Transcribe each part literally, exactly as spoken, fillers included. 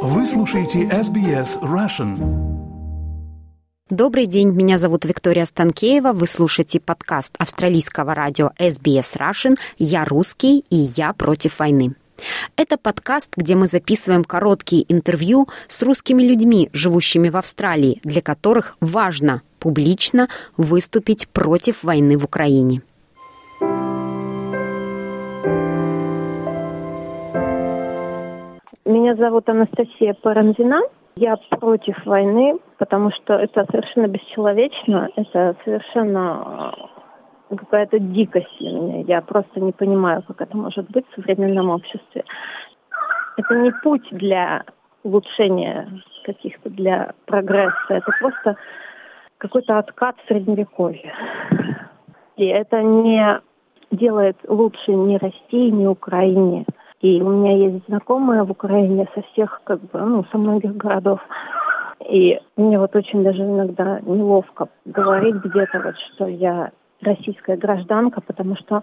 Вы слушаете эс би эс Russian. Добрый день, меня зовут Виктория Станкеева. Вы слушаете подкаст австралийского радио эс би эс Russian «Я русский» и «Я против войны». Это подкаст, где мы записываем короткие интервью с русскими людьми, живущими в Австралии, для которых важно публично выступить против войны в Украине. Меня зовут Анастасия Парамзина. Я против войны, потому что это совершенно бесчеловечно, это совершенно какая-то дикость для меня. Я просто не понимаю, как это может быть в современном обществе. Это не путь для улучшения каких-то, для прогресса. Это просто какой-то откат в средневековье. И это не делает лучше ни России, ни Украине. И у меня есть знакомые в Украине со всех, как бы, ну, со многих городов. И мне вот очень даже иногда неловко говорить где-то вот, что я российская гражданка, потому что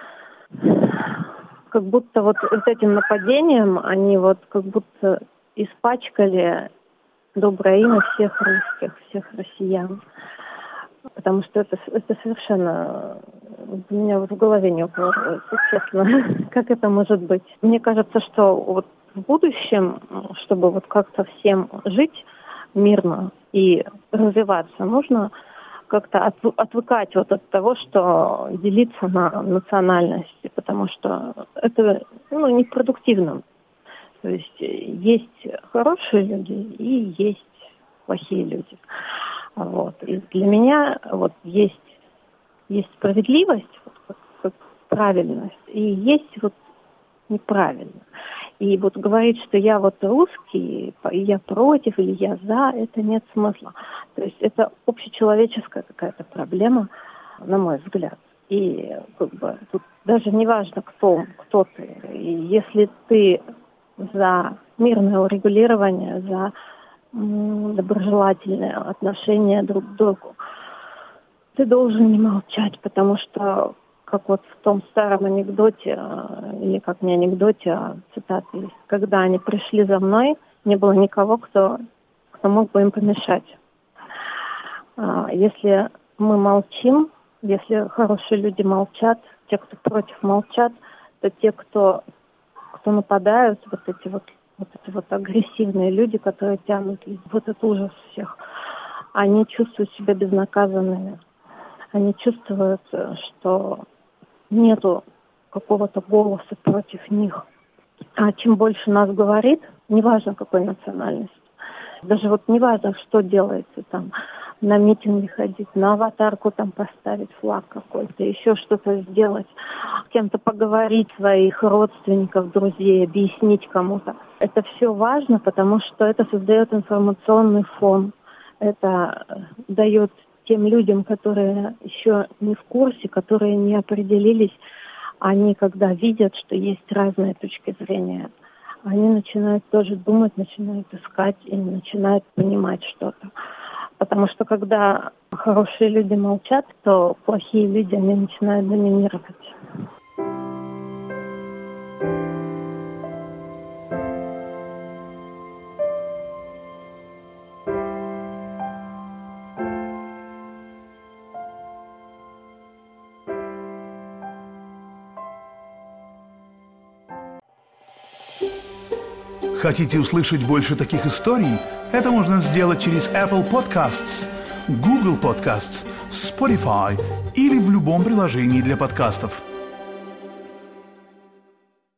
как будто вот, вот этим нападением они вот как будто испачкали доброе имя всех русских, всех россиян. Потому что это, это совершенно у меня вот в голове не укладывается, честно. Как это может быть? Мне кажется, что вот в будущем, чтобы вот как-то всем жить мирно и развиваться, нужно как-то от, отвыкать вот от того, что делиться на национальности, потому что это, ну, непродуктивно. То есть есть хорошие люди и есть плохие люди. Вот. И для меня вот есть, есть справедливость, вот, как, как правильность, и есть вот неправильно. И вот говорить, что я вот русский, и я против, или я за, это нет смысла. То есть это общечеловеческая какая-то проблема, на мой взгляд. И как бы тут даже не важно, кто, кто ты. И если ты за мирное урегулирование, за доброжелательное отношение друг к другу, ты должен не молчать, потому что, как вот в том старом анекдоте, или как не анекдоте, а цитата есть, когда они пришли за мной, не было никого, кто, кто мог бы им помешать. Если мы молчим, если хорошие люди молчат, те, кто против, молчат, то те, кто, кто нападают, вот эти вот Вот эти вот агрессивные люди, которые тянут вот этот ужас всех, они чувствуют себя безнаказанными. Они чувствуют, что нету какого-то голоса против них. А чем больше нас говорит, неважно какой национальности, даже вот неважно, что делается там, на митинги ходить, на аватарку там поставить флаг какой-то, еще что-то сделать, с кем-то поговорить, своих родственников, друзей, объяснить кому-то. Это все важно, потому что это создает информационный фон. Это дает тем людям, которые еще не в курсе, которые не определились, они когда видят, что есть разные точки зрения, они начинают тоже думать, начинают искать и начинают понимать что-то. Потому что когда хорошие люди молчат, то плохие люди, они начинают доминировать. Хотите услышать больше таких историй? Это можно сделать через Apple Podcasts, Google Podcasts, Spotify или в любом приложении для подкастов.